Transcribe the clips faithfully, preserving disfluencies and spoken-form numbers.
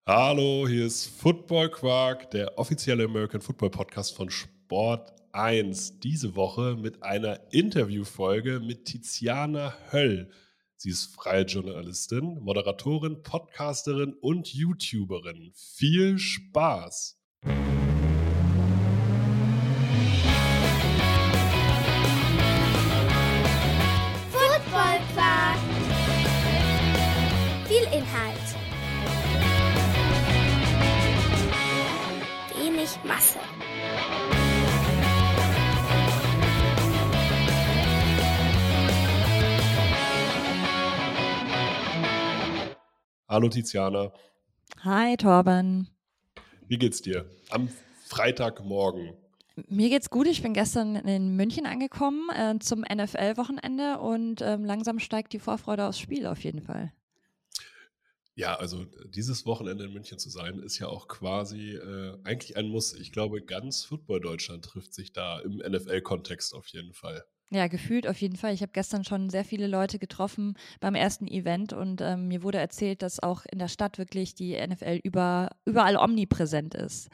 Hallo, hier ist Football Quark, der offizielle American Football Podcast von Sport eins. Diese Woche mit einer Interviewfolge mit Tiziana Höll. Sie ist freie Journalistin, Moderatorin, Podcasterin und YouTuberin. Viel Spaß! Football Quark. Viel Inhalt. Wenig Masse. Hallo Tiziana, Hi Torben. wie geht's dir? Am Freitagmorgen. Mir geht's gut. Ich bin gestern in München angekommen äh, zum N F L-Wochenende und ähm, langsam steigt die Vorfreude aufs Spiel auf jeden Fall. Ja, also dieses Wochenende in München zu sein, ist ja auch quasi äh, eigentlich ein Muss. Ich glaube, ganz Football-Deutschland trifft sich da im N F L-Kontext auf jeden Fall. Ja, gefühlt auf jeden Fall. Ich habe gestern schon sehr viele Leute getroffen beim ersten Event und ähm, mir wurde erzählt, dass auch in der Stadt wirklich die N F L über, überall omnipräsent ist.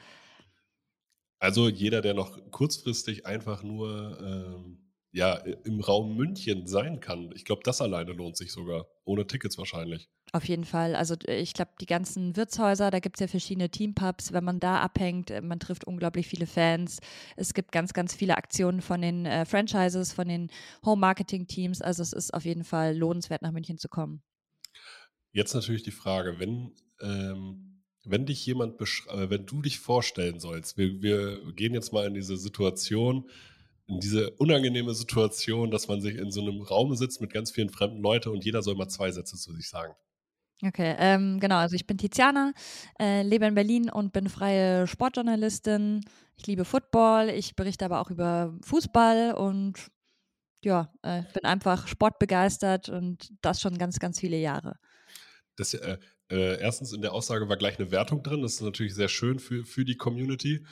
Also jeder, der noch kurzfristig einfach nur ähm, ja, im Raum München sein kann, ich glaube, das alleine lohnt sich sogar. Ohne Tickets wahrscheinlich. Auf jeden Fall. Also äh, ich glaube, die ganzen Wirtshäuser, da gibt es ja verschiedene Teampubs, wenn man da abhängt, äh, man trifft unglaublich viele Fans. Es gibt ganz, ganz viele Aktionen von den äh, Franchises, von den Home-Marketing-Teams. Also es ist auf jeden Fall lohnenswert, nach München zu kommen. Jetzt natürlich die Frage, wenn, ähm, wenn dich jemand, besch- äh, wenn du dich vorstellen sollst, wir, wir gehen jetzt mal in diese Situation, in diese unangenehme Situation, dass man sich in so einem Raum sitzt mit ganz vielen fremden Leuten und jeder soll mal zwei Sätze zu sich sagen. Okay, ähm, genau. Also ich bin Tiziana, äh, lebe in Berlin und bin freie Sportjournalistin. Ich liebe Football, ich berichte aber auch über Fußball und ja, äh, bin einfach sportbegeistert und das schon ganz, ganz viele Jahre. Das, äh, äh, erstens in der Aussage war gleich eine Wertung drin. Das ist natürlich sehr schön für, für die Community,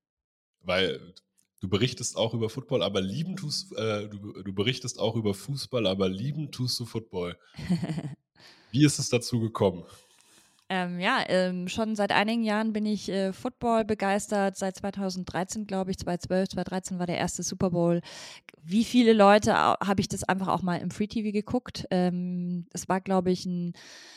weil du berichtest auch über Football, aber lieben tust, äh, du, du berichtest auch über Fußball, aber lieben tust du Football. Wie ist es dazu gekommen? Ähm, ja, ähm, schon seit einigen Jahren bin ich äh, Football begeistert. Seit zweitausenddreizehn, glaube ich, zweitausendzwölf, zweitausenddreizehn war der erste Super Bowl. Wie viele Leute au- habe ich das einfach auch mal im Free T V geguckt? Ähm, es war, glaube ich, ein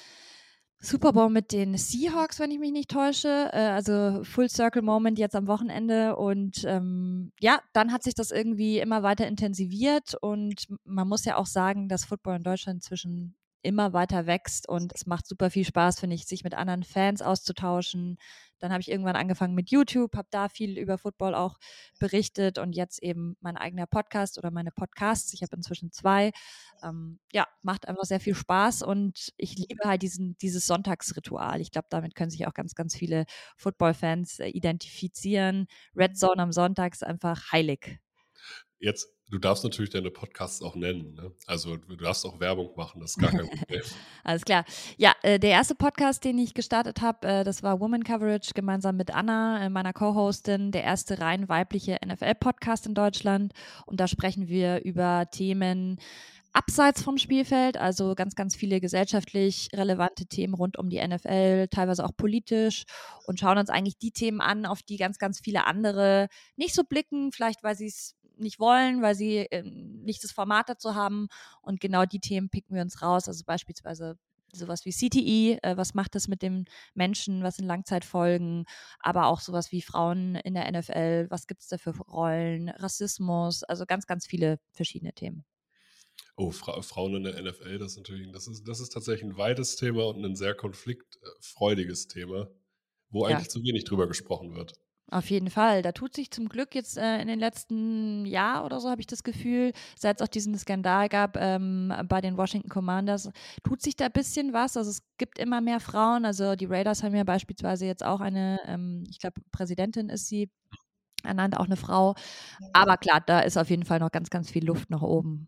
Super Bowl mit den Seahawks, wenn ich mich nicht täusche. Äh, also Full Circle Moment jetzt am Wochenende. Und ähm, ja, dann hat sich das irgendwie immer weiter intensiviert. Und man muss ja auch sagen, dass Football in Deutschland inzwischen immer weiter wächst und es macht super viel Spaß, finde ich, sich mit anderen Fans auszutauschen. Dann habe ich irgendwann angefangen mit YouTube, habe da viel über Football auch berichtet und jetzt eben mein eigener Podcast oder meine Podcasts. Ich habe inzwischen zwei. Ähm, ja, macht einfach sehr viel Spaß und ich liebe halt diesen, dieses Sonntagsritual. Ich glaube, damit können sich auch ganz, ganz viele Football-Fans äh, identifizieren. Red Zone am Sonntag ist einfach heilig. Jetzt, du darfst natürlich deine Podcasts auch nennen, ne? Also du darfst auch Werbung machen, das ist gar kein Problem. Alles klar. Ja, äh, der erste Podcast, den ich gestartet habe, äh, das war Woman Coverage gemeinsam mit Anna, äh, meiner Co-Hostin, der erste rein weibliche N F L-Podcast in Deutschland. Und da sprechen wir über Themen abseits vom Spielfeld, also ganz, ganz viele gesellschaftlich relevante Themen rund um die N F L, teilweise auch politisch und schauen uns eigentlich die Themen an, auf die ganz, ganz viele andere nicht so blicken, vielleicht weil sie es nicht wollen, weil sie äh, nicht das Format dazu haben. Und genau die Themen picken wir uns raus. Also beispielsweise sowas wie C T E, äh, was macht das mit dem Menschen, was sind Langzeitfolgen, aber auch sowas wie Frauen in der N F L, was gibt es da für Rollen, Rassismus, also ganz, ganz viele verschiedene Themen. Oh, Fra Frauen in der N F L, das ist natürlich, das ist, das ist tatsächlich ein weites Thema und ein sehr konfliktfreudiges Thema, wo Ja, eigentlich zu wenig drüber gesprochen wird. auf jeden Fall. Da tut sich zum Glück jetzt äh, in den letzten Jahr oder so, habe ich das Gefühl, seit es auch diesen Skandal gab ähm, bei den Washington Commanders, tut sich da ein bisschen was. Also es gibt immer mehr Frauen. Also die Raiders haben ja beispielsweise jetzt auch eine, ähm, ich glaube, Präsidentin ist sie, ernannt, auch eine Frau. Aber klar, da ist auf jeden Fall noch ganz, ganz viel Luft nach oben.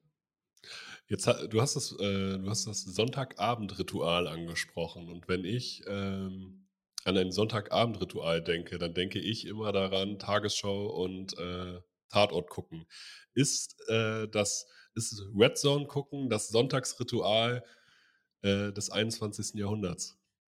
Jetzt, ha- du hast das, äh, du hast das Sonntagabendritual angesprochen und wenn ich ähm, an ein Sonntagabendritual denke, dann denke ich immer daran, Tagesschau und äh, Tatort gucken. Ist äh, das, ist Red Zone gucken das Sonntagsritual äh, des einundzwanzigsten. Jahrhunderts?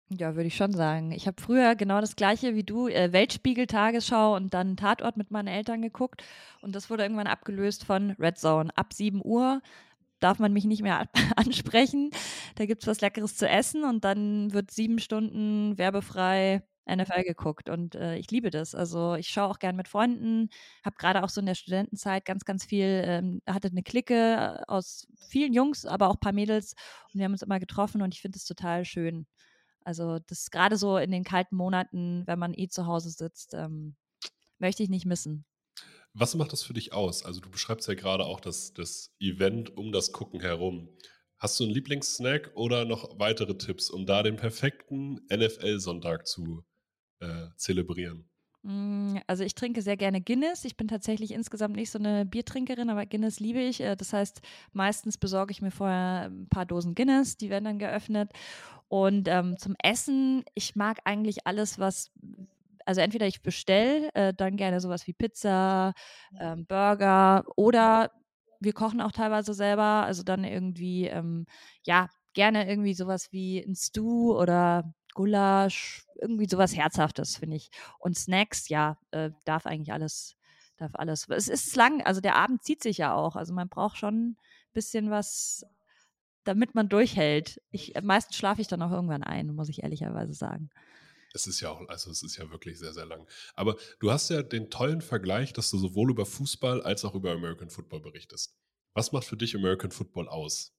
Ja, würde ich schon sagen. Ich habe früher genau das Gleiche wie du, äh, Weltspiegel, Tagesschau und dann Tatort mit meinen Eltern geguckt. Und das wurde irgendwann abgelöst von Red Zone. Ab sieben Uhr darf man mich nicht mehr an- ansprechen. Da gibt es was Leckeres zu essen und dann wird sieben Stunden werbefrei N F L geguckt. Und äh, ich liebe das. Also ich schaue auch gern mit Freunden, habe gerade auch so in der Studentenzeit ganz, ganz viel, ähm, hatte eine Clique aus vielen Jungs, aber auch ein paar Mädels und wir haben uns immer getroffen und ich finde es total schön. Also das gerade so in den kalten Monaten, wenn man eh zu Hause sitzt, ähm, möchte ich nicht missen. Was macht das für dich aus? Also du beschreibst ja gerade auch das, das Event um das Gucken herum. Hast du einen Lieblingssnack oder noch weitere Tipps, um da den perfekten N F L-Sonntag zu äh, zelebrieren? Mm, Also ich trinke sehr gerne Guinness. Ich bin tatsächlich insgesamt nicht so eine Biertrinkerin, aber Guinness liebe ich. Äh, Das heißt, meistens besorge ich mir vorher ein paar Dosen Guinness, die werden dann geöffnet. Und ähm, zum Essen, ich mag eigentlich alles, was, also entweder ich bestelle, äh, dann gerne sowas wie Pizza, ähm, Burger oder wir kochen auch teilweise selber, also dann irgendwie, ähm, ja, gerne irgendwie sowas wie ein Stew oder Gulasch, irgendwie sowas Herzhaftes, finde ich. Und Snacks, ja, äh, darf eigentlich alles, darf alles. Es ist lang, also der Abend zieht sich ja auch, also man braucht schon ein bisschen was, damit man durchhält. Ich, meistens schlafe ich dann auch irgendwann ein, muss ich ehrlicherweise sagen. Es ist ja auch, also es ist ja wirklich sehr, sehr lang. Aber du hast ja den tollen Vergleich, dass du sowohl über Fußball als auch über American Football berichtest. Was macht für dich American Football aus?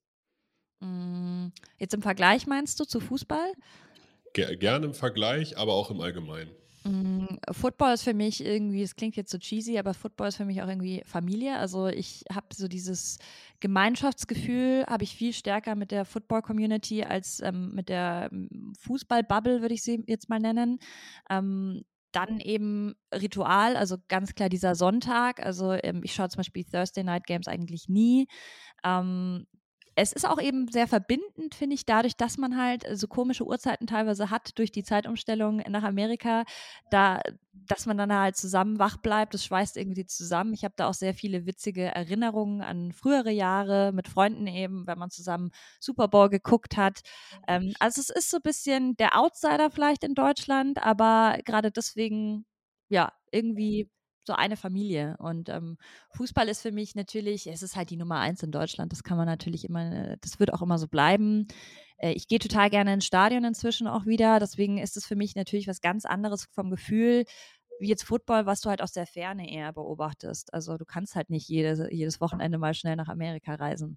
Mm, Jetzt im Vergleich meinst du zu Fußball? Ger Gerne im Vergleich, aber auch im Allgemeinen. Mm, Football ist für mich irgendwie, es klingt jetzt so cheesy, aber Football ist für mich auch irgendwie Familie. Also ich habe so dieses Gemeinschaftsgefühl, habe ich viel stärker mit der Football-Community als ähm, mit der ähm, Fußball-Bubble, würde ich sie jetzt mal nennen. Ähm, Dann eben Ritual, also ganz klar dieser Sonntag. Also ähm, ich schaue zum Beispiel Thursday Night Games eigentlich nie. Ähm, Es ist auch eben sehr verbindend, finde ich, dadurch, dass man halt so komische Uhrzeiten teilweise hat durch die Zeitumstellung nach Amerika, da, dass man dann halt zusammen wach bleibt. Das schweißt irgendwie zusammen. Ich habe da auch sehr viele witzige Erinnerungen an frühere Jahre mit Freunden eben, wenn man zusammen Super Bowl geguckt hat. Ähm, also es ist so ein bisschen der Outsider vielleicht in Deutschland, aber gerade deswegen, ja, irgendwie so eine Familie. Und ähm, Fußball ist für mich natürlich, es ist halt die Nummer eins in Deutschland. Das kann man natürlich immer, äh, das wird auch immer so bleiben. Äh, ich gehe total gerne ins Stadion inzwischen auch wieder. Deswegen ist es für mich natürlich was ganz anderes vom Gefühl, wie jetzt Football, was du halt aus der Ferne eher beobachtest. Also du kannst halt nicht jedes, jedes Wochenende mal schnell nach Amerika reisen.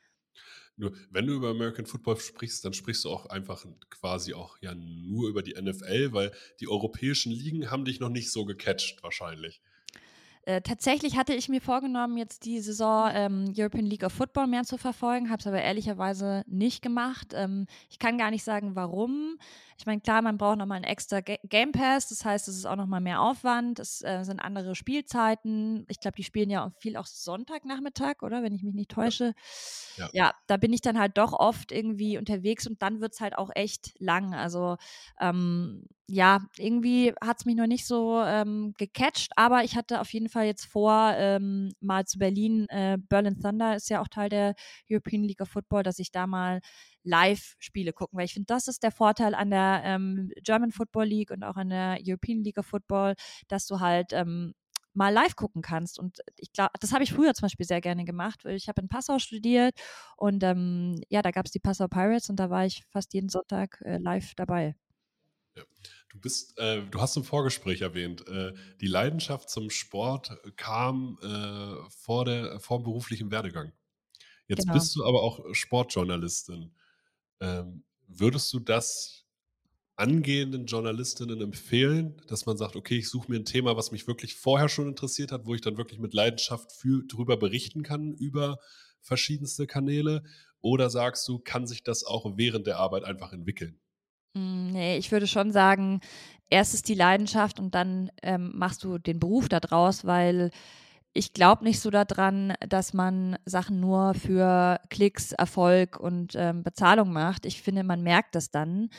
Nur, wenn du über American Football sprichst, dann sprichst du auch einfach quasi auch ja nur über die N F L, weil die europäischen Ligen haben dich noch nicht so gecatcht wahrscheinlich. Äh, tatsächlich hatte ich mir vorgenommen, jetzt die Saison ähm, European League of Football mehr zu verfolgen, habe es aber ehrlicherweise nicht gemacht. Ähm, ich kann gar nicht sagen, warum. Ich meine, klar, man braucht nochmal einen extra Ga Game Pass, das heißt, es ist auch nochmal mehr Aufwand, es äh, sind andere Spielzeiten. Ich glaube, die spielen ja auch viel auch Sonntagnachmittag, oder? Wenn ich mich nicht Ja, täusche. ja. Ja, da bin ich dann halt doch oft irgendwie unterwegs und dann wird es halt auch echt lang. Also ähm, ja, irgendwie hat es mich noch nicht so ähm, gecatcht, aber ich hatte auf jeden Fall jetzt vor, ähm, mal zu Berlin, äh, Berlin Thunder ist ja auch Teil der European League of Football, dass ich da mal Live-Spiele gucken, weil ich finde, das ist der Vorteil an der ähm, German Football League und auch an der European League of Football, dass du halt ähm, mal live gucken kannst. Und ich glaube, das habe ich früher zum Beispiel sehr gerne gemacht, weil ich habe in Passau studiert und ähm, ja, da gab es die Passau Pirates und da war ich fast jeden Sonntag äh, live dabei. Ja. Du bist, äh, du hast im Vorgespräch erwähnt, äh, die Leidenschaft zum Sport kam äh, vor der, vor dem beruflichen Werdegang. Jetzt Genau. bist du aber auch Sportjournalistin. Ähm, würdest du das angehenden Journalistinnen empfehlen, dass man sagt, okay, ich suche mir ein Thema, was mich wirklich vorher schon interessiert hat, wo ich dann wirklich mit Leidenschaft für, drüber berichten kann, über verschiedenste Kanäle? Oder sagst du, kann sich das auch während der Arbeit einfach entwickeln? Hm, ne, ich würde schon sagen, erst ist die Leidenschaft und dann, ähm, machst du den Beruf da draus, weil ich glaube nicht so daran, dass man Sachen nur für Klicks, Erfolg und, ähm, Bezahlung macht. Ich finde, man merkt das dann.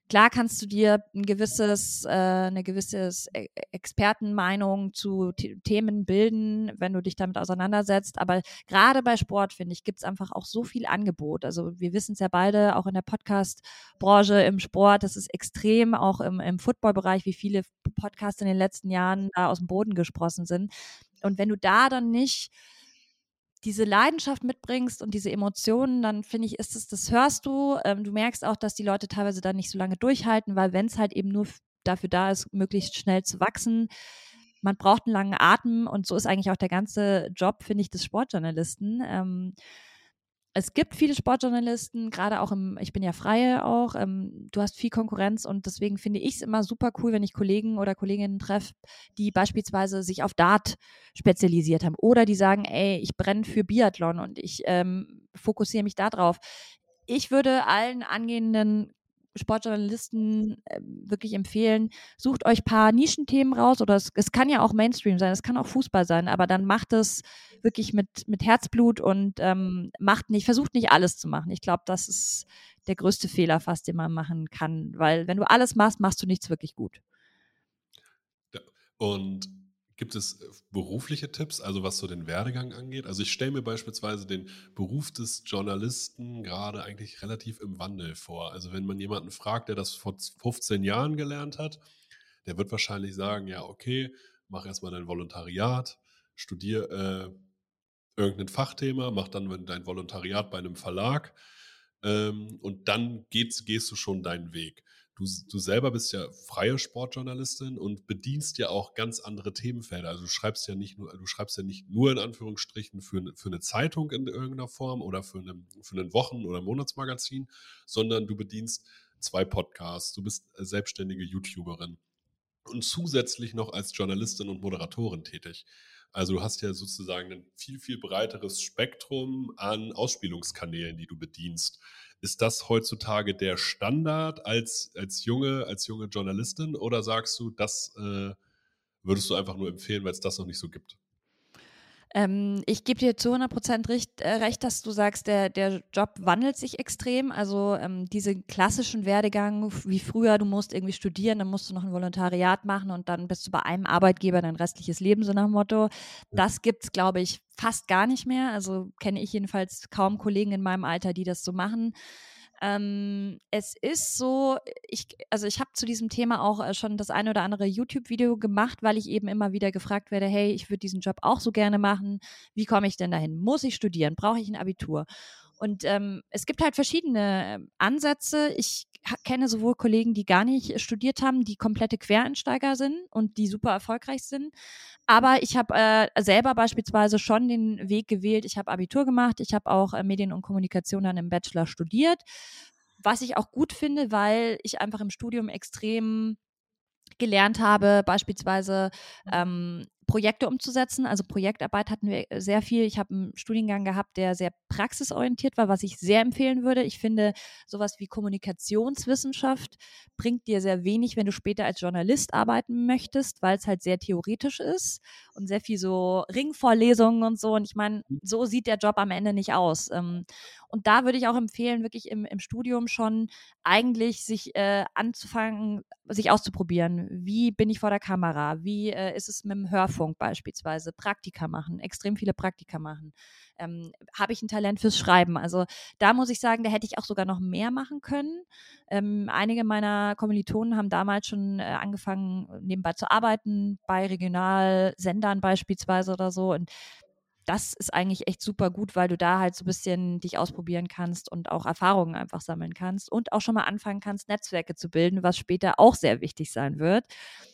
Klar kannst du dir ein gewisses, äh, eine gewisse E- Expertenmeinung zu The- Themen bilden, wenn du dich damit auseinandersetzt. Aber gerade bei Sport, finde ich, gibt es einfach auch so viel Angebot. Also wir wissen es ja beide, auch in der Podcast-Branche, im Sport, das ist extrem, auch im, im Football-Bereich, wie viele Podcasts in den letzten Jahren da aus dem Boden gesprossen sind. Und wenn du da dann nicht diese Leidenschaft mitbringst und diese Emotionen, dann finde ich, ist es, das hörst du. Ähm, du merkst auch, dass die Leute teilweise dann nicht so lange durchhalten, weil wenn es halt eben nur f- dafür da ist, möglichst schnell zu wachsen, man braucht einen langen Atem und so ist eigentlich auch der ganze Job, finde ich, des Sportjournalisten. Ähm, es gibt viele Sportjournalisten, gerade auch im, ich bin ja Freie auch, ähm, du hast viel Konkurrenz und deswegen finde ich es immer super cool, wenn ich Kollegen oder Kolleginnen treffe, die beispielsweise sich auf Dart spezialisiert haben oder die sagen, ey, ich brenne für Biathlon und ich ähm, fokussiere mich da drauf. Ich würde allen angehenden Sportjournalisten äh, wirklich empfehlen, sucht euch ein paar Nischenthemen raus oder es, es kann ja auch Mainstream sein, es kann auch Fußball sein, aber dann macht es wirklich mit, mit Herzblut und ähm, macht nicht, versucht nicht alles zu machen. Ich glaube, das ist der größte Fehler fast, den man machen kann, weil wenn du alles machst, machst du nichts wirklich gut. Ja. Und gibt es äh, berufliche Tipps, also was so den Werdegang angeht? Also ich stelle mir beispielsweise den Beruf des Journalisten gerade eigentlich relativ im Wandel vor. Also wenn man jemanden fragt, der das vor fünfzehn Jahren gelernt hat, der wird wahrscheinlich sagen, ja, okay, mach erstmal dein Volontariat, studier äh, irgendein Fachthema, mach dann dein Volontariat bei einem Verlag ähm, und dann geht's, gehst du schon deinen Weg. Du, du selber bist ja freie Sportjournalistin und bedienst ja auch ganz andere Themenfelder. Also du schreibst ja nicht nur, du schreibst ja nicht nur in Anführungsstrichen für, eine- für eine Zeitung in irgendeiner Form oder für, eine, für ein Wochen- oder Monatsmagazin, sondern du bedienst zwei Podcasts, du bist äh, selbstständige YouTuberin und zusätzlich noch als Journalistin und Moderatorin tätig. Also du hast ja sozusagen ein viel, viel breiteres Spektrum an Ausspielungskanälen, die du bedienst. Ist das heutzutage der Standard als, als, junge, als junge Journalistin oder sagst du, das äh, würdest du einfach nur empfehlen, weil es das noch nicht so gibt? Ähm, ich gebe dir zu hundert Prozent recht, äh, recht, dass du sagst, der, der Job wandelt sich extrem. Also ähm, diese klassischen Werdegang f- wie früher, du musst irgendwie studieren, dann musst du noch ein Volontariat machen und dann bist du bei einem Arbeitgeber dein restliches Leben, so nach dem Motto. Das gibt es, glaube ich, fast gar nicht mehr. Also kenne ich jedenfalls kaum Kollegen in meinem Alter, die das so machen. Ähm, es ist so, ich, also ich habe zu diesem Thema auch äh, schon das eine oder andere YouTube-Video gemacht, weil ich eben immer wieder gefragt werde, hey, ich würde diesen Job auch so gerne machen. Wie komme ich denn dahin? Muss ich studieren? Brauche ich ein Abitur? Und ähm, es gibt halt verschiedene ähm, Ansätze. Ich ha- kenne sowohl Kollegen, die gar nicht studiert haben, die komplette Quereinsteiger sind und die super erfolgreich sind. Aber ich habe äh, selber beispielsweise schon den Weg gewählt. Ich habe Abitur gemacht, ich habe auch äh, Medien und Kommunikation dann im Bachelor studiert, was ich auch gut finde, weil ich einfach im Studium extrem gelernt habe, beispielsweise ähm, Projekte umzusetzen. Also Projektarbeit hatten wir sehr viel. Ich habe einen Studiengang gehabt, der sehr praxisorientiert war, was ich sehr empfehlen würde. Ich finde, sowas wie Kommunikationswissenschaft bringt dir sehr wenig, wenn du später als Journalist arbeiten möchtest, weil es halt sehr theoretisch ist und sehr viel so Ringvorlesungen und so. Und ich meine, so sieht der Job am Ende nicht aus. Ähm, und da würde ich auch empfehlen, wirklich im, im Studium schon eigentlich sich äh, anzufangen, sich auszuprobieren. Wie bin ich vor der Kamera? Wie äh, ist es mit dem Hörfunk beispielsweise? Praktika machen, extrem viele Praktika machen. Ähm, Habe ich ein Talent fürs Schreiben? Also da muss ich sagen, da hätte ich auch sogar noch mehr machen können. Ähm, einige meiner Kommilitonen haben damals schon äh, angefangen, nebenbei zu arbeiten, bei Regionalsendern beispielsweise oder so. Und das ist eigentlich echt super gut, weil du da halt so ein bisschen dich ausprobieren kannst und auch Erfahrungen einfach sammeln kannst und auch schon mal anfangen kannst, Netzwerke zu bilden, was später auch sehr wichtig sein wird.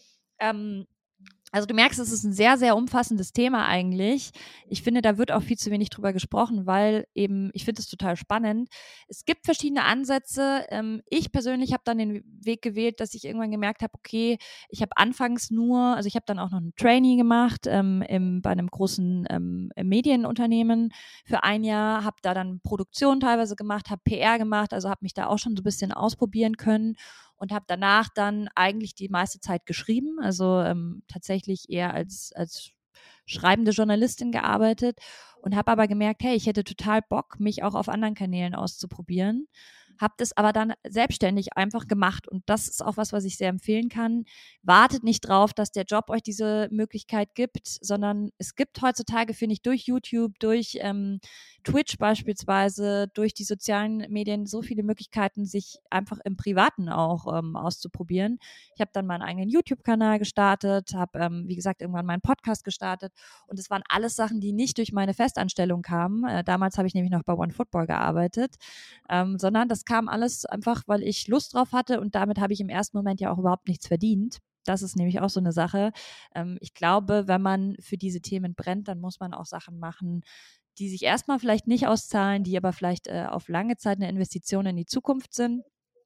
Ähm, also du merkst, es ist ein sehr, sehr umfassendes Thema eigentlich. Ich finde, da wird auch viel zu wenig drüber gesprochen, weil eben, ich finde es total spannend. Es gibt verschiedene Ansätze. Ähm, ich persönlich habe dann den Weg gewählt, dass ich irgendwann gemerkt habe, okay, ich habe anfangs nur, also ich habe dann auch noch ein Trainee gemacht ähm, im, bei einem großen ähm, Medienunternehmen für ein Jahr, habe da dann Produktion teilweise gemacht, habe P R gemacht, also habe mich da auch schon so ein bisschen ausprobieren können und habe danach dann eigentlich die meiste Zeit geschrieben, also ähm, tatsächlich eher als, als schreibende Journalistin gearbeitet und habe aber gemerkt, hey, ich hätte total Bock, mich auch auf anderen Kanälen auszuprobieren. habe das aber dann selbstständig einfach gemacht und das ist auch was, was ich sehr empfehlen kann. Wartet nicht drauf, dass der Job euch diese Möglichkeit gibt, sondern es gibt heutzutage, finde ich, durch YouTube, durch ähm, Twitch beispielsweise, durch die sozialen Medien so viele Möglichkeiten, sich einfach im Privaten auch ähm, auszuprobieren. Ich habe dann meinen eigenen YouTube-Kanal gestartet, habe, ähm, wie gesagt, irgendwann meinen Podcast gestartet und es waren alles Sachen, die nicht durch meine Festanstellung kamen. Äh, damals habe ich nämlich noch bei OneFootball gearbeitet, ähm, sondern das kam alles einfach, weil ich Lust drauf hatte und damit habe ich im ersten Moment ja auch überhaupt nichts verdient. Das ist nämlich auch so eine Sache. Ähm, ich glaube, wenn man für diese Themen brennt, dann muss man auch Sachen machen, die sich erstmal vielleicht nicht auszahlen, die aber vielleicht äh, auf lange Zeit eine Investition in die Zukunft sind.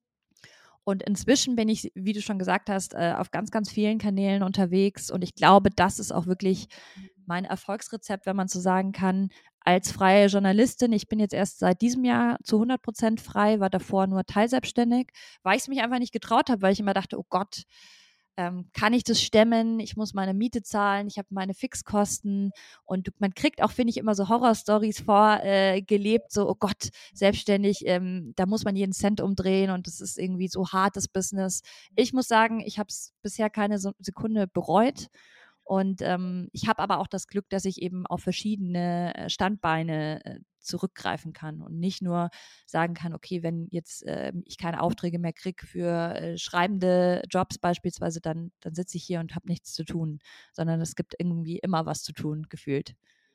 Und inzwischen bin ich, wie du schon gesagt hast, äh, auf ganz, ganz vielen Kanälen unterwegs. Und ich glaube, das ist auch wirklich mein Erfolgsrezept, wenn man so sagen kann, als freie Journalistin. Ich bin jetzt erst seit diesem Jahr zu hundert Prozent frei, war davor nur teilselbstständig, weil ich es mich einfach nicht getraut habe, weil ich immer dachte, oh Gott, ähm, kann ich das stemmen? Ich muss meine Miete zahlen, ich habe meine Fixkosten und man kriegt auch, finde ich, immer so Horrorstories vorgelebt, äh, so, oh Gott, selbstständig, ähm, da muss man jeden Cent umdrehen und das ist irgendwie so hartes Business. Ich muss sagen, ich habe es bisher keine so Sekunde bereut. Und ähm, ich habe aber auch das Glück, dass ich eben auf verschiedene Standbeine äh, zurückgreifen kann und nicht nur sagen kann, okay, wenn jetzt äh, ich keine Aufträge mehr kriege für äh, schreibende Jobs beispielsweise, dann, dann sitze ich hier und habe nichts zu tun, sondern es gibt irgendwie immer was zu tun, gefühlt.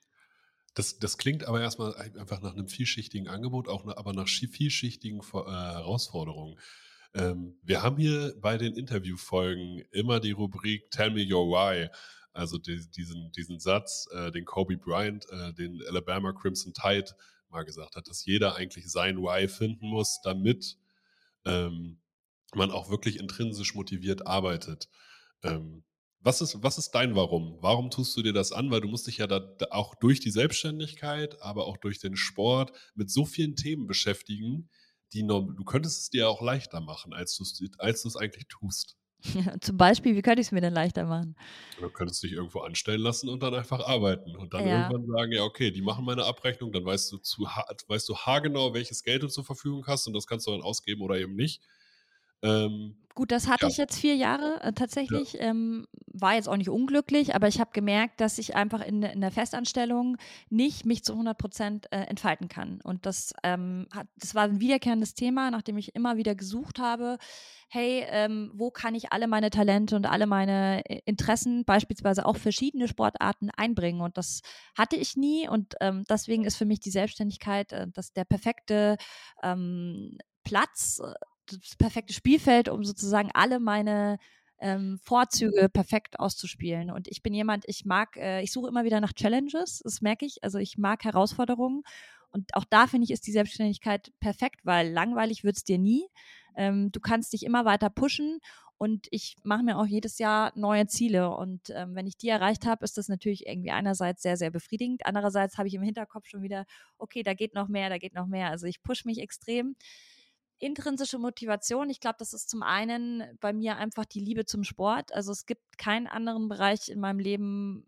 Das, das klingt aber erstmal einfach nach einem vielschichtigen Angebot, auch nach, aber nach vielschichtigen äh, Herausforderungen. Ähm, wir haben hier bei den Interviewfolgen immer die Rubrik Tell me your why. Also die, diesen, diesen Satz, äh, den Kobe Bryant, äh, den Alabama Crimson Tide mal gesagt hat, dass jeder eigentlich sein Why finden muss, damit ähm, man auch wirklich intrinsisch motiviert arbeitet. Ähm, was ist, was ist dein Warum? Warum tust du dir das an? Weil du musst dich ja da, da auch durch die Selbstständigkeit, aber auch durch den Sport mit so vielen Themen beschäftigen, die noch, du könntest es dir auch leichter machen, als du es als du es eigentlich tust. Ja, zum Beispiel, wie könnte ich es mir denn leichter machen? Du könntest dich irgendwo anstellen lassen und dann einfach arbeiten und dann Ja. irgendwann sagen, ja okay, die machen meine Abrechnung, dann weißt du, zu, weißt du haargenau, welches Geld du zur Verfügung hast und das kannst du dann ausgeben oder eben nicht. Ähm, Gut, das hatte ja. ich jetzt vier Jahre äh, tatsächlich. Ja. Ähm, war jetzt auch nicht unglücklich, aber ich habe gemerkt, dass ich einfach in, in der Festanstellung nicht mich zu hundert Prozent äh, entfalten kann. Und das, ähm, hat, das war ein wiederkehrendes Thema, nachdem ich immer wieder gesucht habe, hey, ähm, wo kann ich alle meine Talente und alle meine Interessen, beispielsweise auch verschiedene Sportarten, einbringen? Und das hatte ich nie. Und ähm, deswegen ist für mich die Selbstständigkeit äh, das der perfekte ähm, Platz, das perfekte Spielfeld, um sozusagen alle meine ähm, Vorzüge perfekt auszuspielen. Und ich bin jemand, ich mag, äh, ich suche immer wieder nach Challenges, das merke ich. Also ich mag Herausforderungen. Und auch da finde ich, ist die Selbstständigkeit perfekt, weil langweilig wird es dir nie. Ähm, du kannst dich immer weiter pushen und ich mache mir auch jedes Jahr neue Ziele. Und ähm, wenn ich die erreicht habe, ist das natürlich irgendwie einerseits sehr, sehr befriedigend. Andererseits habe ich im Hinterkopf schon wieder, okay, da geht noch mehr, da geht noch mehr. Also ich pushe mich extrem. Intrinsische Motivation, ich glaube, das ist zum einen bei mir einfach die Liebe zum Sport. Also es gibt keinen anderen Bereich in meinem Leben,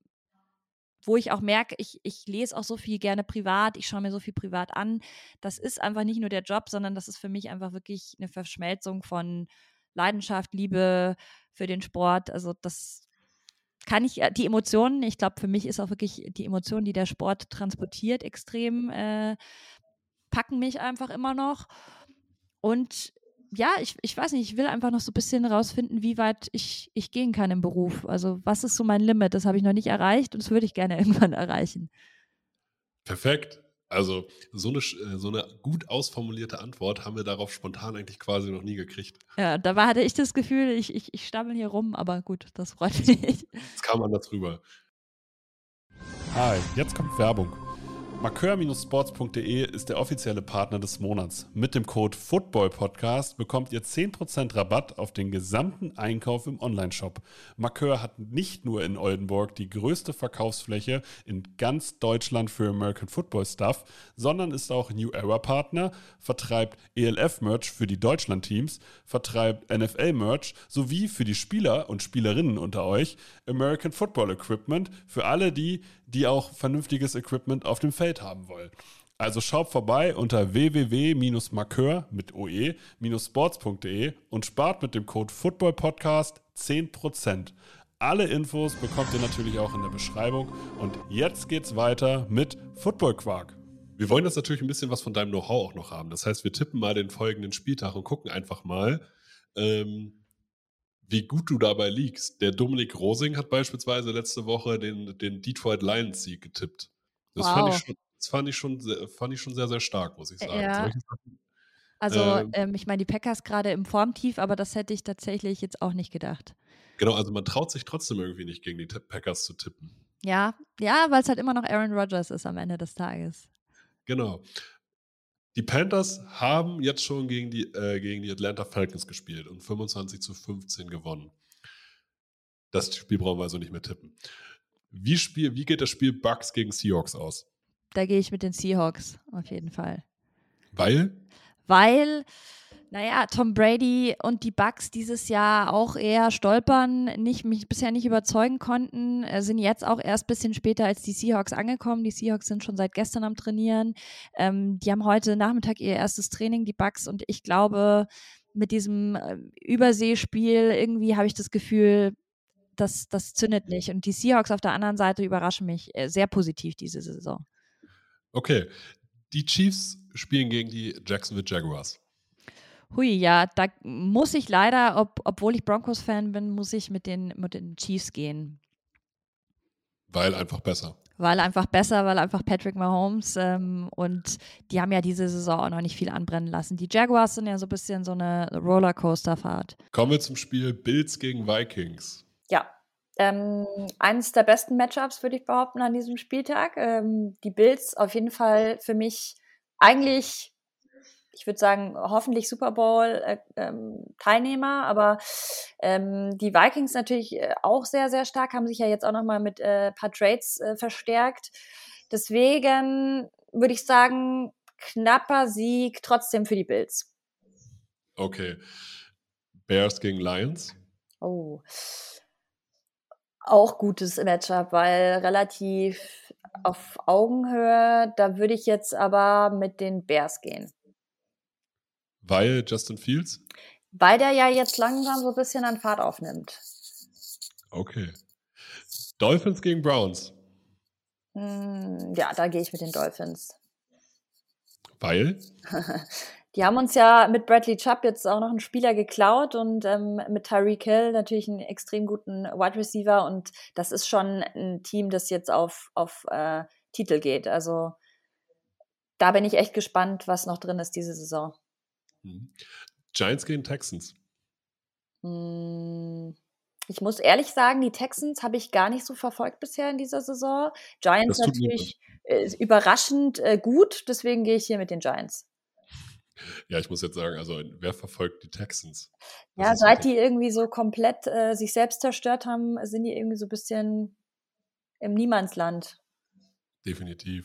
wo ich auch merke, ich, ich lese auch so viel gerne privat, ich schaue mir so viel privat an. Das ist einfach nicht nur der Job, sondern das ist für mich einfach wirklich eine Verschmelzung von Leidenschaft, Liebe für den Sport. Also das kann ich, die Emotionen, ich glaube, für mich ist auch wirklich die Emotion, die der Sport transportiert, extrem, äh, packen mich einfach immer noch. Und ja, ich, ich weiß nicht, ich will einfach noch so ein bisschen rausfinden, wie weit ich, ich gehen kann im Beruf. Also was ist so mein Limit? Das habe ich noch nicht erreicht und das würde ich gerne irgendwann erreichen. Perfekt. Also so eine, so eine gut ausformulierte Antwort haben wir darauf spontan eigentlich quasi noch nie gekriegt. Ja, dabei hatte ich das Gefühl, ich, ich, ich stammel hier rum, aber gut, das freut mich. Jetzt kam anders rüber. Hi, jetzt kommt Werbung. Markeur Sports punkt de ist der offizielle Partner des Monats. Mit dem Code FOOTBALLPODCAST bekommt ihr zehn Prozent Rabatt auf den gesamten Einkauf im Onlineshop. Markeur hat nicht nur in Oldenburg die größte Verkaufsfläche in ganz Deutschland für American Football Stuff, sondern ist auch New Era Partner, vertreibt E L F-Merch für die Deutschland-Teams, vertreibt N F L-Merch sowie für die Spieler und Spielerinnen unter euch American Football Equipment für alle die, die auch vernünftiges Equipment auf dem Feld haben wollen. Also schaut vorbei unter w w w Bindestrich markeur mit oe Sports punkt de und spart mit dem Code FOOTBALLPODCAST zehn Prozent. Alle Infos bekommt ihr natürlich auch in der Beschreibung. Und jetzt geht's weiter mit Football Quark. Wir wollen jetzt natürlich ein bisschen was von deinem Know-how auch noch haben. Das heißt, wir tippen mal den folgenden Spieltag und gucken einfach mal, ähm, wie gut du dabei liegst. Der Dominik Rosing hat beispielsweise letzte Woche den, den Detroit Lions-Sieg getippt. Das, Wow. fand ich schon, das fand ich schon, sehr, fand ich schon sehr, sehr stark, muss ich sagen. Ja. Solche Sachen, Also, ähm, ähm, ich meine, die Packers gerade im Formtief, aber das hätte ich tatsächlich jetzt auch nicht gedacht. genau, also man traut sich trotzdem irgendwie nicht, gegen die Tipp- Packers zu tippen. Ja, ja, weil es halt immer noch Aaron Rodgers ist am Ende des Tages. Genau. Die Panthers haben jetzt schon gegen die, äh, gegen die Atlanta Falcons gespielt und fünfundzwanzig zu fünfzehn gewonnen. Das Spiel brauchen wir also nicht mehr tippen. Wie, Spiel, wie geht das Spiel Bucks gegen Seahawks aus? Da gehe ich mit den Seahawks auf jeden Fall. Weil? Weil, naja, Tom Brady und die Bucks dieses Jahr auch eher stolpern, nicht, mich bisher nicht überzeugen konnten, äh, sind jetzt auch erst ein bisschen später als die Seahawks angekommen. Die Seahawks sind schon seit gestern am Trainieren. Ähm, die haben heute Nachmittag ihr erstes Training, die Bucks, und ich glaube, mit diesem äh, Überseespiel irgendwie habe ich das Gefühl, das, das zündet nicht. Und die Seahawks auf der anderen Seite überraschen mich äh, sehr positiv diese Saison. Okay. Die Chiefs spielen gegen die Jacksonville Jaguars. Hui, ja, da muss ich leider, ob, obwohl ich Broncos-Fan bin, muss ich mit den, mit den Chiefs gehen. Weil einfach besser. Weil einfach besser, weil einfach Patrick Mahomes ähm, und die haben ja diese Saison auch noch nicht viel anbrennen lassen. Die Jaguars sind ja so ein bisschen so eine Rollercoaster-Fahrt. Kommen wir zum Spiel Bills gegen Vikings. Ja, ähm, eines der besten Matchups, würde ich behaupten, an diesem Spieltag. Ähm, die Bills auf jeden Fall für mich eigentlich, ich würde sagen, hoffentlich Super Bowl-Teilnehmer, äh, ähm, aber ähm, die Vikings natürlich äh, auch sehr, sehr stark, haben sich ja jetzt auch nochmal mit äh, ein paar Trades äh, verstärkt. Deswegen würde ich sagen, knapper Sieg trotzdem für die Bills. Okay. Bears gegen Lions. Oh. Auch gutes Matchup, weil relativ auf Augenhöhe. Da würde ich jetzt aber mit den Bears gehen. Weil Justin Fields? Weil der ja jetzt langsam so ein bisschen an Fahrt aufnimmt. Okay. Dolphins gegen Browns? Hm, ja, da gehe ich mit den Dolphins. Weil? Die haben uns ja mit Bradley Chubb jetzt auch noch einen Spieler geklaut und ähm, mit Tyreek Hill natürlich einen extrem guten Wide Receiver, und das ist schon ein Team, das jetzt auf, auf äh, Titel geht. Also da bin ich echt gespannt, was noch drin ist diese Saison. Mhm. Giants gegen Texans? Hm, ich muss ehrlich sagen, die Texans habe ich gar nicht so verfolgt bisher in dieser Saison. Giants natürlich äh, überraschend äh, gut, deswegen gehe ich hier mit den Giants. Ja, ich muss jetzt sagen, also wer verfolgt die Texans? Das ja, seit die irgendwie so komplett äh, sich selbst zerstört haben, sind die irgendwie so ein bisschen im Niemandsland. Definitiv.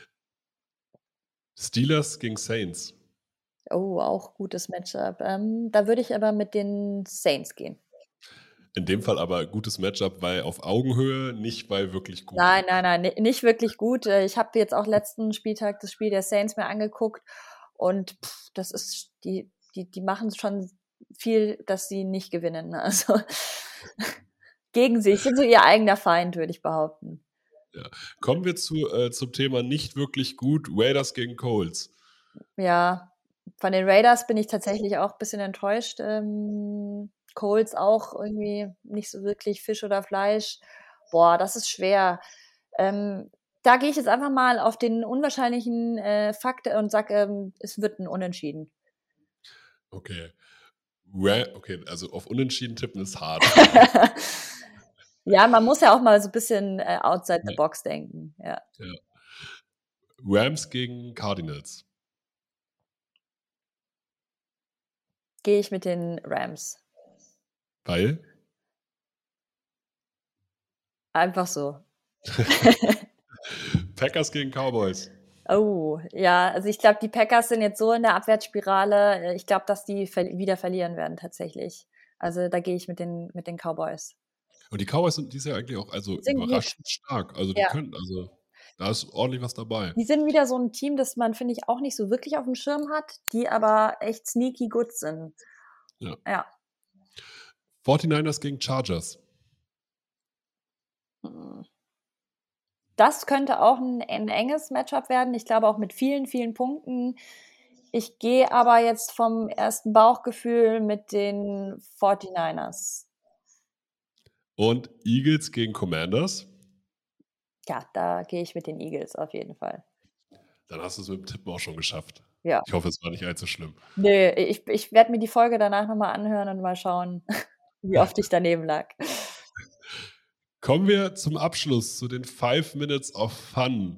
Steelers gegen Saints? Oh, auch gutes Matchup. Ähm, da würde ich aber mit den Saints gehen. In dem Fall aber gutes Matchup, weil auf Augenhöhe, nicht weil wirklich gut. Nein, nein, nein, nicht wirklich gut. Ich habe jetzt auch letzten Spieltag das Spiel der Saints mir angeguckt. Und pff, das ist, die, die, die machen schon viel, dass sie nicht gewinnen. Also gegen sich, sind so ihr eigener Feind, würde ich behaupten. Ja. Kommen wir zu, äh, zum Thema nicht wirklich gut, Raiders gegen Colts. Ja, von den Raiders bin ich tatsächlich auch ein bisschen enttäuscht. Ähm, Colts auch irgendwie nicht so wirklich Fisch oder Fleisch. Boah, das ist schwer. Ähm, Da gehe ich jetzt einfach mal auf den unwahrscheinlichen äh, Fakt und sage, ähm, es wird ein Unentschieden. Okay. Ra- okay, also auf Unentschieden tippen ist hart. Ja, man muss ja auch mal so ein bisschen äh, outside the box denken. Ja. Ja. Rams gegen Cardinals? Gehe ich mit den Rams. Weil? Einfach so. Packers gegen Cowboys? Oh, ja, also ich glaube, die Packers sind jetzt so in der Abwärtsspirale. Ich glaube, dass die ver- wieder verlieren werden tatsächlich. Also da gehe ich mit den, mit den Cowboys. Und die Cowboys sind dieses Jahr eigentlich auch also Sind überraschend stark. Also die Ja. können, also Da ist ordentlich was dabei. Die sind wieder so ein Team, das man, finde ich, auch nicht so wirklich auf dem Schirm hat, die aber echt sneaky good sind. Ja. Ja. forty-niners gegen Chargers. Das könnte auch ein, ein enges Matchup werden. Ich glaube auch mit vielen, vielen Punkten. Ich gehe aber jetzt vom ersten Bauchgefühl mit den forty-niners. Und Eagles gegen Commanders. Ja, da gehe ich mit den Eagles auf jeden Fall. Dann hast du es mit dem Tippen auch schon geschafft. Ja. Ich hoffe, es war nicht allzu schlimm. Nee, ich, ich werde mir die Folge danach nochmal anhören und mal schauen, wie oft ich daneben lag. Kommen wir zum Abschluss, zu den Five Minutes of Fun.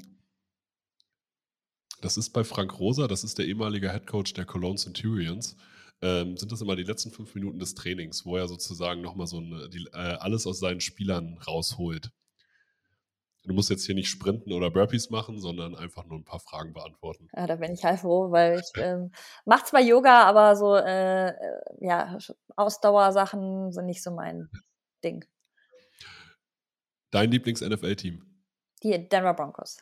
Das ist bei Frank Rosa, das ist der ehemalige Headcoach der Cologne Centurions. Ähm, sind das immer die letzten fünf Minuten des Trainings, wo er sozusagen nochmal so eine, die, äh, alles aus seinen Spielern rausholt. Du musst jetzt hier nicht sprinten oder Burpees machen, sondern einfach nur ein paar Fragen beantworten. Ja, da bin ich halt froh, weil ich ähm, mache zwar Yoga, aber so äh, äh, ja, Ausdauersachen sind nicht so mein Ding. Dein Lieblings-N F L-Team? Die Denver Broncos.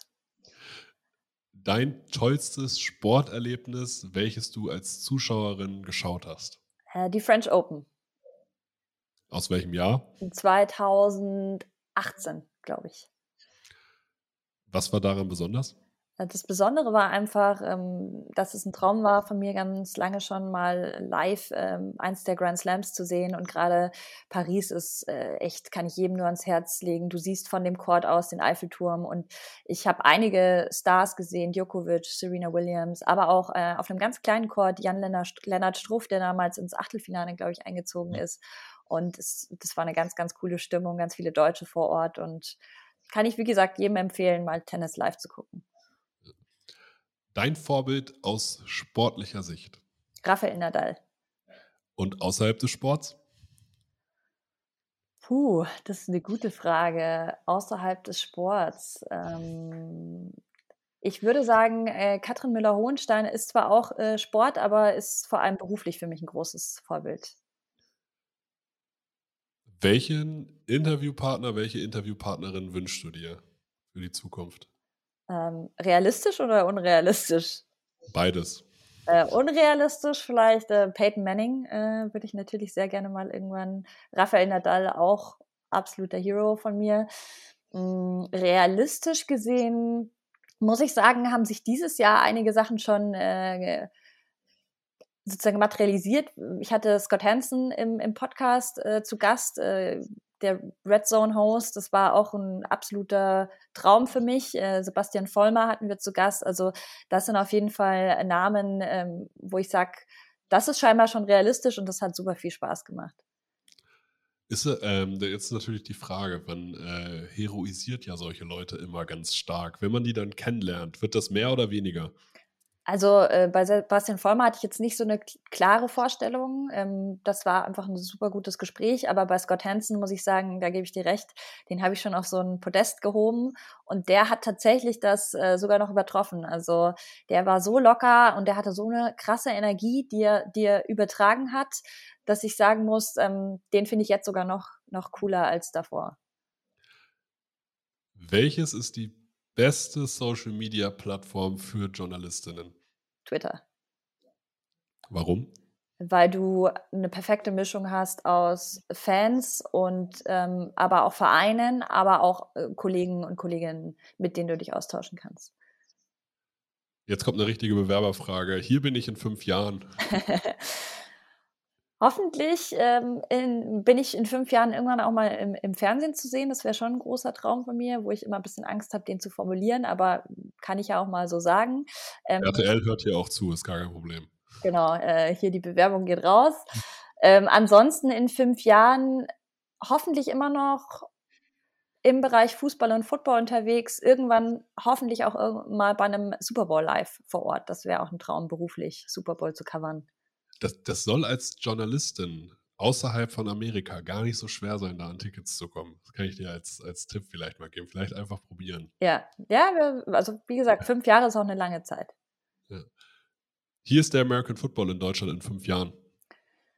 Dein tollstes Sporterlebnis, welches du als Zuschauerin geschaut hast? Äh, die French Open. Aus welchem Jahr? zweitausendachtzehn, glaube ich. Was war daran besonders? Das Besondere war einfach, ähm, dass es ein Traum war von mir ganz lange schon mal live ähm, eins der Grand Slams zu sehen, und gerade Paris ist äh, echt, kann ich jedem nur ans Herz legen. Du siehst von dem Court aus den Eiffelturm, und ich habe einige Stars gesehen, Djokovic, Serena Williams, aber auch äh, auf einem ganz kleinen Court Jan-Lennart Struff, der damals ins Achtelfinale, glaube ich, eingezogen ist, und es, das war eine ganz, ganz coole Stimmung, ganz viele Deutsche vor Ort, und kann ich, wie gesagt, jedem empfehlen, mal Tennis live zu gucken. Dein Vorbild aus sportlicher Sicht? Rafael Nadal. Und außerhalb des Sports? Puh, das ist eine gute Frage. Außerhalb des Sports. Ähm, ich würde sagen, äh, Katrin Müller-Hohenstein ist zwar auch äh, Sport, aber ist vor allem beruflich für mich ein großes Vorbild. Welchen Interviewpartner, welche Interviewpartnerin wünschst du dir für die Zukunft? Ähm, realistisch oder unrealistisch? Beides. Äh, unrealistisch vielleicht äh, Peyton Manning äh, würde ich natürlich sehr gerne mal irgendwann. Rafael Nadal auch absoluter Hero von mir. Ähm, realistisch gesehen muss ich sagen, haben sich dieses Jahr einige Sachen schon äh, sozusagen materialisiert. Ich hatte Scott Hansen im, im Podcast äh, zu Gast, äh, der Red Zone Host. Das war auch ein absoluter Traum für mich. Äh, Sebastian Vollmer hatten wir zu Gast. Also das sind auf jeden Fall Namen, ähm, wo ich sage, das ist scheinbar schon realistisch, und das hat super viel Spaß gemacht. Ist ähm, jetzt natürlich die Frage, man äh, heroisiert ja solche Leute immer ganz stark. Wenn man die dann kennenlernt, wird das mehr oder weniger? Also äh, bei Sebastian Vollmer hatte ich jetzt nicht so eine klare Vorstellung. Ähm, das war einfach ein super gutes Gespräch. Aber bei Scott Hansen muss ich sagen, da gebe ich dir recht, den habe ich schon auf so ein Podest gehoben. Und der hat tatsächlich das äh, sogar noch übertroffen. Also der war so locker und der hatte so eine krasse Energie, die er, die er übertragen hat, dass ich sagen muss, ähm, den finde ich jetzt sogar noch, noch cooler als davor. Welches ist die beste Social-Media-Plattform für Journalistinnen? Twitter. Warum? Weil du eine perfekte Mischung hast aus Fans und ähm, aber auch Vereinen, aber auch äh, Kollegen und Kolleginnen, mit denen du dich austauschen kannst. Jetzt kommt eine richtige Bewerberfrage. Hier bin ich in fünf Jahren. Hoffentlich ähm, in, bin ich in fünf Jahren irgendwann auch mal im, im Fernsehen zu sehen. Das wäre schon ein großer Traum von mir, wo ich immer ein bisschen Angst habe, den zu formulieren, aber kann ich ja auch mal so sagen. Ähm, R T L hört hier auch zu, ist gar kein Problem. Genau, äh, hier die Bewerbung geht raus. Ähm, ansonsten in fünf Jahren hoffentlich immer noch im Bereich Fußball und Football unterwegs, irgendwann hoffentlich auch mal bei einem Super Bowl live vor Ort. Das wäre auch ein Traum, beruflich Super Bowl zu covern. Das, das soll als Journalistin außerhalb von Amerika gar nicht so schwer sein, da an Tickets zu kommen. Das kann ich dir als, als Tipp vielleicht mal geben. Vielleicht einfach probieren. Ja, ja, also wie gesagt, fünf Jahre ist auch eine lange Zeit. Ja. Hier ist der American Football in Deutschland in fünf Jahren.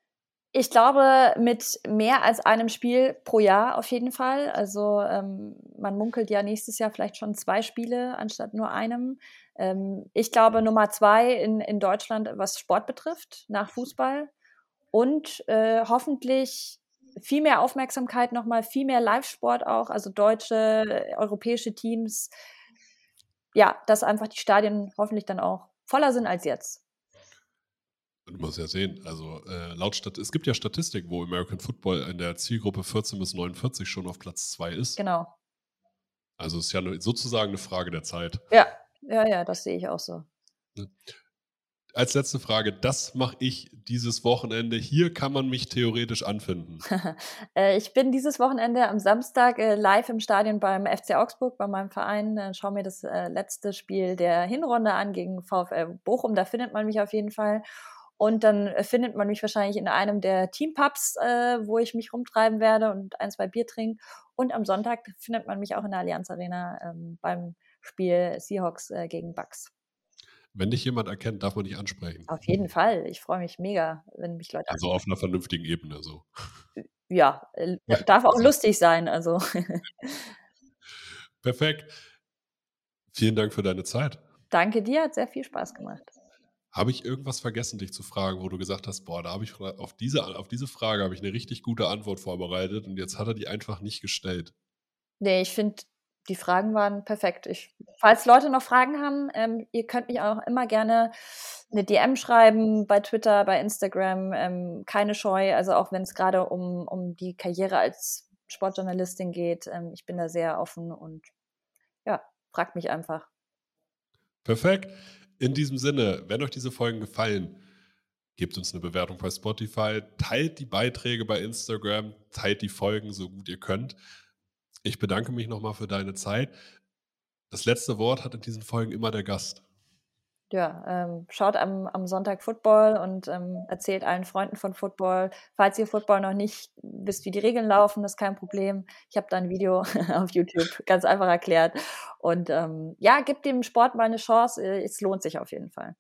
Ich glaube, mit mehr als einem Spiel pro Jahr auf jeden Fall. Also ähm, man munkelt ja nächstes Jahr vielleicht schon zwei Spiele anstatt nur einem. Ähm, ich glaube Nummer zwei in, in Deutschland, was Sport betrifft, nach Fußball. Und äh, hoffentlich viel mehr Aufmerksamkeit nochmal, viel mehr Live-Sport auch, also deutsche, europäische Teams. Ja, dass einfach die Stadien hoffentlich dann auch voller sind als jetzt. Du musst ja sehen, also äh, laut Stat- es gibt ja Statistik, wo American Football in der Zielgruppe vierzehn bis neunundvierzig schon auf Platz zwei ist. Genau. Also es ist ja eine, sozusagen eine Frage der Zeit. Ja, ja, ja, das sehe ich auch so. Als letzte Frage, das mache ich dieses Wochenende. Hier kann man mich theoretisch anfinden. äh, ich bin dieses Wochenende am Samstag äh, live im Stadion beim F C Augsburg, bei meinem Verein. Äh, schaue mir das äh, letzte Spiel der Hinrunde an gegen VfL Bochum. Da findet man mich auf jeden Fall. Und dann äh, findet man mich wahrscheinlich in einem der Teampubs, äh, wo ich mich rumtreiben werde und ein, zwei Bier trinken. Und am Sonntag findet man mich auch in der Allianz Arena ähm, beim Spiel Seahawks äh, gegen Bucks. Wenn dich jemand erkennt, darf man dich ansprechen. Auf jeden Fall. Ich freue mich mega, wenn mich Leute Also auf einer vernünftigen Ebene. So. Ja, äh, darf auch lustig sein. Also. Perfekt. Vielen Dank für deine Zeit. Danke dir, hat sehr viel Spaß gemacht. Habe ich irgendwas vergessen, dich zu fragen, wo du gesagt hast, boah, da habe ich auf diese, auf diese Frage habe ich eine richtig gute Antwort vorbereitet und jetzt hat er die einfach nicht gestellt? Nee, ich finde, die Fragen waren perfekt. Ich, falls Leute noch Fragen haben, ähm, ihr könnt mich auch immer gerne eine D M schreiben bei Twitter, bei Instagram. Ähm, keine Scheu, also auch wenn es gerade um, um die Karriere als Sportjournalistin geht. Ähm, ich bin da sehr offen und ja, fragt mich einfach. Perfekt. In diesem Sinne, wenn euch diese Folgen gefallen, gebt uns eine Bewertung bei Spotify, teilt die Beiträge bei Instagram, teilt die Folgen so gut ihr könnt. Ich bedanke mich nochmal für deine Zeit. Das letzte Wort hat in diesen Folgen immer der Gast. Ja, ähm, schaut am, am Sonntag Football und ähm, erzählt allen Freunden von Football. Falls ihr Football noch nicht wisst, wie die Regeln laufen, ist kein Problem. Ich habe da ein Video auf YouTube ganz einfach erklärt. Und ähm, ja, gebt dem Sport mal eine Chance. Es lohnt sich auf jeden Fall.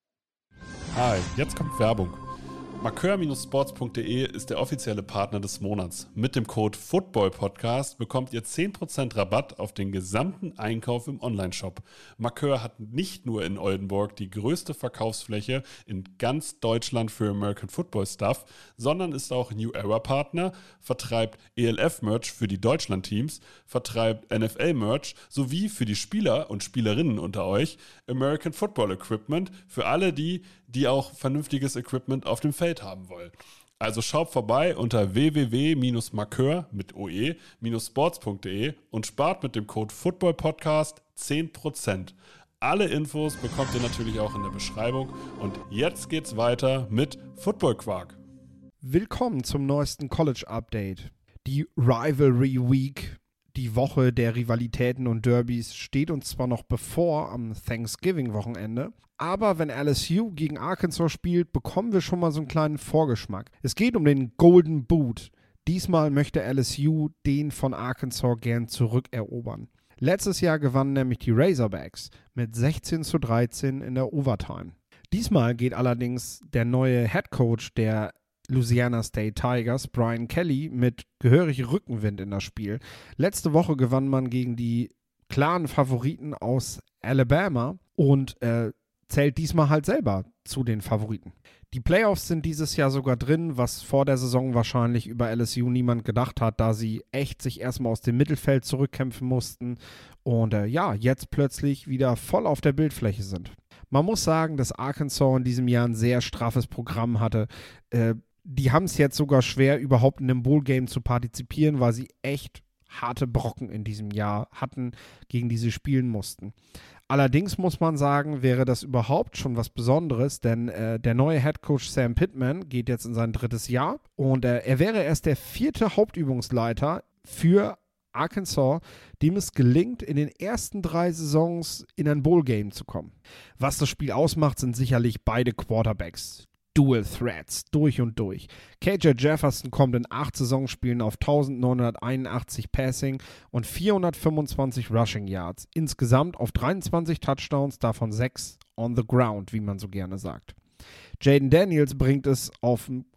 Hi, jetzt kommt Werbung. Markeur Sports punkt de ist der offizielle Partner des Monats. Mit dem Code FOOTBALLPODCAST bekommt ihr zehn Prozent Rabatt auf den gesamten Einkauf im Onlineshop. Markeur hat nicht nur in Oldenburg die größte Verkaufsfläche in ganz Deutschland für American Football Stuff, sondern ist auch New Era Partner, vertreibt E L F-Merch für die Deutschland-Teams, vertreibt N F L-Merch sowie für die Spieler und Spielerinnen unter euch American Football Equipment für alle die, die auch vernünftiges Equipment auf dem Feld haben wollen. Also schaut vorbei unter w w w punkt markeur mit oe Sports punkt de und spart mit dem Code FOOTBALLPODCAST zehn Prozent. Alle Infos bekommt ihr natürlich auch in der Beschreibung. Und jetzt geht's weiter mit Football Quark. Willkommen zum neuesten College-Update. Die Rivalry Week, die Woche der Rivalitäten und Derbys, steht uns zwar noch bevor am Thanksgiving-Wochenende, aber wenn L S U gegen Arkansas spielt, bekommen wir schon mal so einen kleinen Vorgeschmack. Es geht um den Golden Boot. Diesmal möchte L S U den von Arkansas gern zurückerobern. Letztes Jahr gewannen nämlich die Razorbacks mit sechzehn zu dreizehn in der Overtime. Diesmal geht allerdings der neue Headcoach der Louisiana State Tigers, Brian Kelly, mit gehörig Rückenwind in das Spiel. Letzte Woche gewann man gegen die klaren Favoriten aus Alabama und äh, zählt diesmal halt selber zu den Favoriten. Die Playoffs sind dieses Jahr sogar drin, was vor der Saison wahrscheinlich über L S U niemand gedacht hat, da sie echt sich erstmal aus dem Mittelfeld zurückkämpfen mussten und äh, ja, jetzt plötzlich wieder voll auf der Bildfläche sind. Man muss sagen, dass Arkansas in diesem Jahr ein sehr straffes Programm hatte. Äh, die haben es jetzt sogar schwer, überhaupt in einem Bowl-Game zu partizipieren, weil sie echt harte Brocken in diesem Jahr hatten, gegen die sie spielen mussten. Allerdings muss man sagen, wäre das überhaupt schon was Besonderes, denn äh, der neue Headcoach Sam Pittman geht jetzt in sein drittes Jahr und äh, er wäre erst der vierte Hauptübungsleiter für Arkansas, dem es gelingt, in den ersten drei Saisons in ein Bowl-Game zu kommen. Was das Spiel ausmacht, sind sicherlich beide Quarterbacks. Dual Threats, durch und durch. K J Jefferson kommt in acht Saisonspielen auf neunzehnhunderteinundachtzig Passing und vierhundertfünfundzwanzig Rushing Yards. Insgesamt auf dreiundzwanzig Touchdowns, davon sechs on the ground, wie man so gerne sagt. Jaden Daniels bringt es auf ein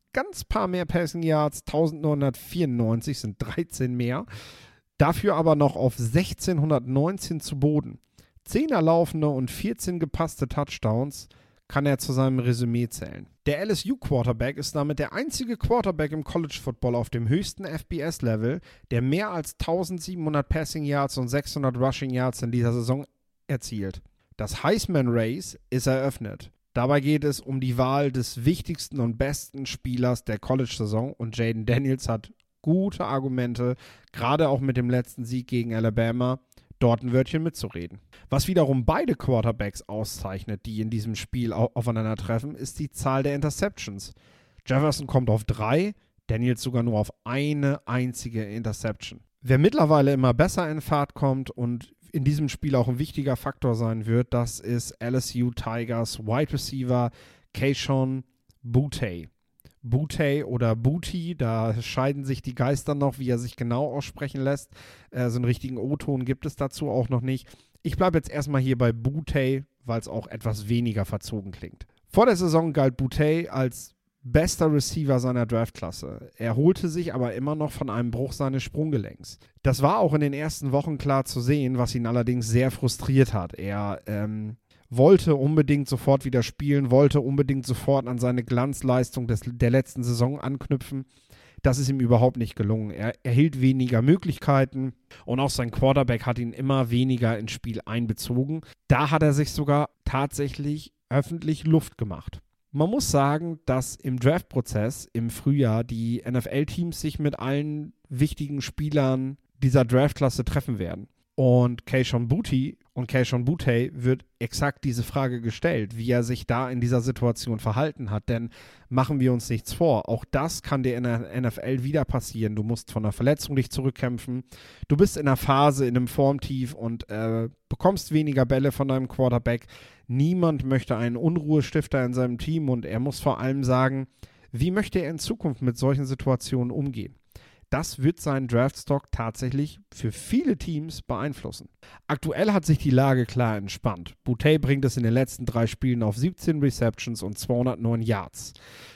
ganz paar mehr Passing Yards, eintausendneunhundertvierundneunzig sind dreizehn mehr. Dafür aber noch auf sechzehnhundertneunzehn zu Boden. zehn erlaufene und vierzehn gepasste Touchdowns kann er zu seinem Resümee zählen. Der L S U-Quarterback ist damit der einzige Quarterback im College Football auf dem höchsten F B S-Level, der mehr als eintausendsiebenhundert Passing Yards und sechshundert Rushing Yards in dieser Saison erzielt. Das Heisman Race ist eröffnet. Dabei geht es um die Wahl des wichtigsten und besten Spielers der College-Saison und Jayden Daniels hat gute Argumente, gerade auch mit dem letzten Sieg gegen Alabama, dort ein Wörtchen mitzureden. Was wiederum beide Quarterbacks auszeichnet, die in diesem Spiel au- aufeinandertreffen, ist die Zahl der Interceptions. Jefferson kommt auf drei, Daniels sogar nur auf eine einzige Interception. Wer mittlerweile immer besser in Fahrt kommt und in diesem Spiel auch ein wichtiger Faktor sein wird, das ist L S U Tigers Wide Receiver Kayshon Boutte. Boutte oder Booty, da scheiden sich die Geister noch, wie er sich genau aussprechen lässt. Äh, so einen richtigen O-Ton gibt es dazu auch noch nicht. Ich bleibe jetzt erstmal hier bei Boutte, weil es auch etwas weniger verzogen klingt. Vor der Saison galt Boutte als bester Receiver seiner Draftklasse. Er holte sich aber immer noch von einem Bruch seines Sprunggelenks. Das war auch in den ersten Wochen klar zu sehen, was ihn allerdings sehr frustriert hat. Er ähm, wollte unbedingt sofort wieder spielen, wollte unbedingt sofort an seine Glanzleistung des, der letzten Saison anknüpfen. Das ist ihm überhaupt nicht gelungen. Er erhielt weniger Möglichkeiten und auch sein Quarterback hat ihn immer weniger ins Spiel einbezogen. Da hat er sich sogar tatsächlich öffentlich Luft gemacht. Man muss sagen, dass im Draftprozess im Frühjahr die N F L-Teams sich mit allen wichtigen Spielern dieser Draftklasse treffen werden. Und Kayshon Boutte und Kayshon Boutte wird exakt diese Frage gestellt, wie er sich da in dieser Situation verhalten hat. Denn machen wir uns nichts vor, auch das kann dir in der N F L wieder passieren. Du musst von einer Verletzung dich zurückkämpfen. Du bist in einer Phase, in einem Formtief und äh, bekommst weniger Bälle von deinem Quarterback. Niemand möchte einen Unruhestifter in seinem Team und er muss vor allem sagen, wie möchte er in Zukunft mit solchen Situationen umgehen. Das wird seinen Draftstock tatsächlich für viele Teams beeinflussen. Aktuell hat sich die Lage klar entspannt. Boutte bringt es in den letzten drei Spielen auf siebzehn Receptions und zweihundertneun Yards.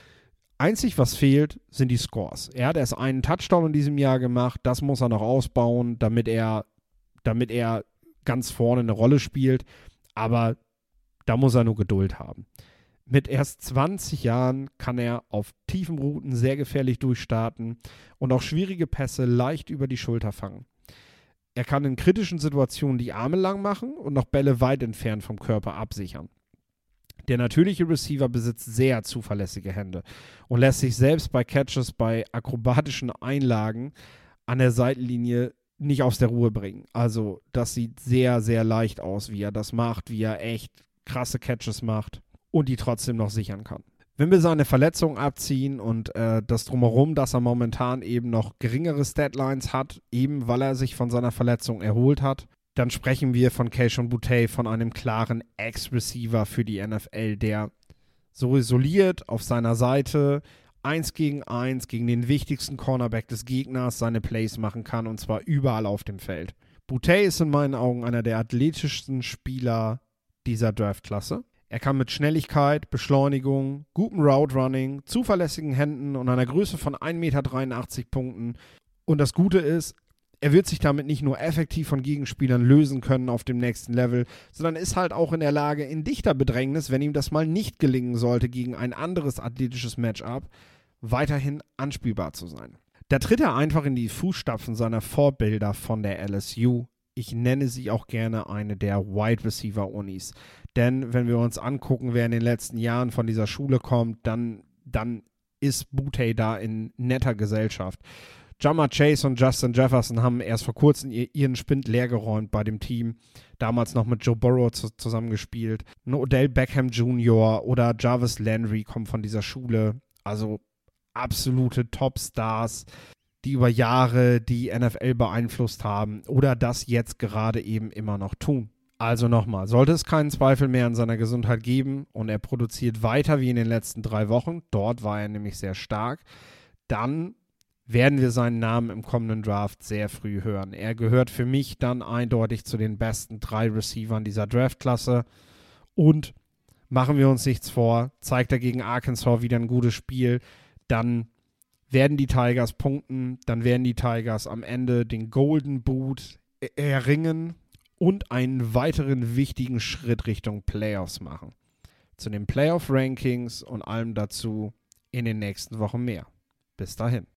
Einzig, was fehlt, sind die Scores. Er hat erst einen Touchdown in diesem Jahr gemacht. Das muss er noch ausbauen, damit er, damit er ganz vorne eine Rolle spielt. Aber da muss er nur Geduld haben. Mit erst zwanzig Jahren kann er auf tiefen Routen sehr gefährlich durchstarten und auch schwierige Pässe leicht über die Schulter fangen. Er kann in kritischen Situationen die Arme lang machen und noch Bälle weit entfernt vom Körper absichern. Der natürliche Receiver besitzt sehr zuverlässige Hände und lässt sich selbst bei Catches bei akrobatischen Einlagen an der Seitenlinie nicht aus der Ruhe bringen. Also das sieht sehr, sehr leicht aus, wie er das macht, wie er echt krasse Catches macht und die trotzdem noch sichern kann. Wenn wir seine Verletzung abziehen und äh, das Drumherum, dass er momentan eben noch geringere Statlines hat, eben weil er sich von seiner Verletzung erholt hat, dann sprechen wir von Kayshon Boutte, von einem klaren Ex-Receiver für die N F L, der so isoliert auf seiner Seite eins gegen eins gegen den wichtigsten Cornerback des Gegners seine Plays machen kann und zwar überall auf dem Feld. Boutte ist in meinen Augen einer der athletischsten Spieler dieser Draftklasse. Er kann mit Schnelligkeit, Beschleunigung, gutem Route Running, zuverlässigen Händen und einer Größe von ein Komma dreiundachtzig Meter punkten. Und das Gute ist, er wird sich damit nicht nur effektiv von Gegenspielern lösen können auf dem nächsten Level, sondern ist halt auch in der Lage, in dichter Bedrängnis, wenn ihm das mal nicht gelingen sollte, gegen ein anderes athletisches Matchup, weiterhin anspielbar zu sein. Da tritt er einfach in die Fußstapfen seiner Vorbilder von der L S U. Ich nenne sie auch gerne eine der Wide Receiver Unis. Denn wenn wir uns angucken, wer in den letzten Jahren von dieser Schule kommt, dann, dann ist Boutte da in netter Gesellschaft. Ja'Marr Chase und Justin Jefferson haben erst vor kurzem ihren Spind leergeräumt bei dem Team. Damals noch mit Joe Burrow zu, zusammengespielt. Odell Beckham Junior oder Jarvis Landry kommen von dieser Schule. Also absolute Topstars, die über Jahre die N F L beeinflusst haben oder das jetzt gerade eben immer noch tun. Also nochmal, sollte es keinen Zweifel mehr an seiner Gesundheit geben und er produziert weiter wie in den letzten drei Wochen, dort war er nämlich sehr stark, dann werden wir seinen Namen im kommenden Draft sehr früh hören. Er gehört für mich dann eindeutig zu den besten drei Receivern dieser Draftklasse und machen wir uns nichts vor, zeigt er gegen Arkansas wieder ein gutes Spiel, dann werden die Tigers punkten, dann werden die Tigers am Ende den Golden Boot erringen und einen weiteren wichtigen Schritt Richtung Playoffs machen. Zu den Playoff-Rankings und allem dazu in den nächsten Wochen mehr. Bis dahin.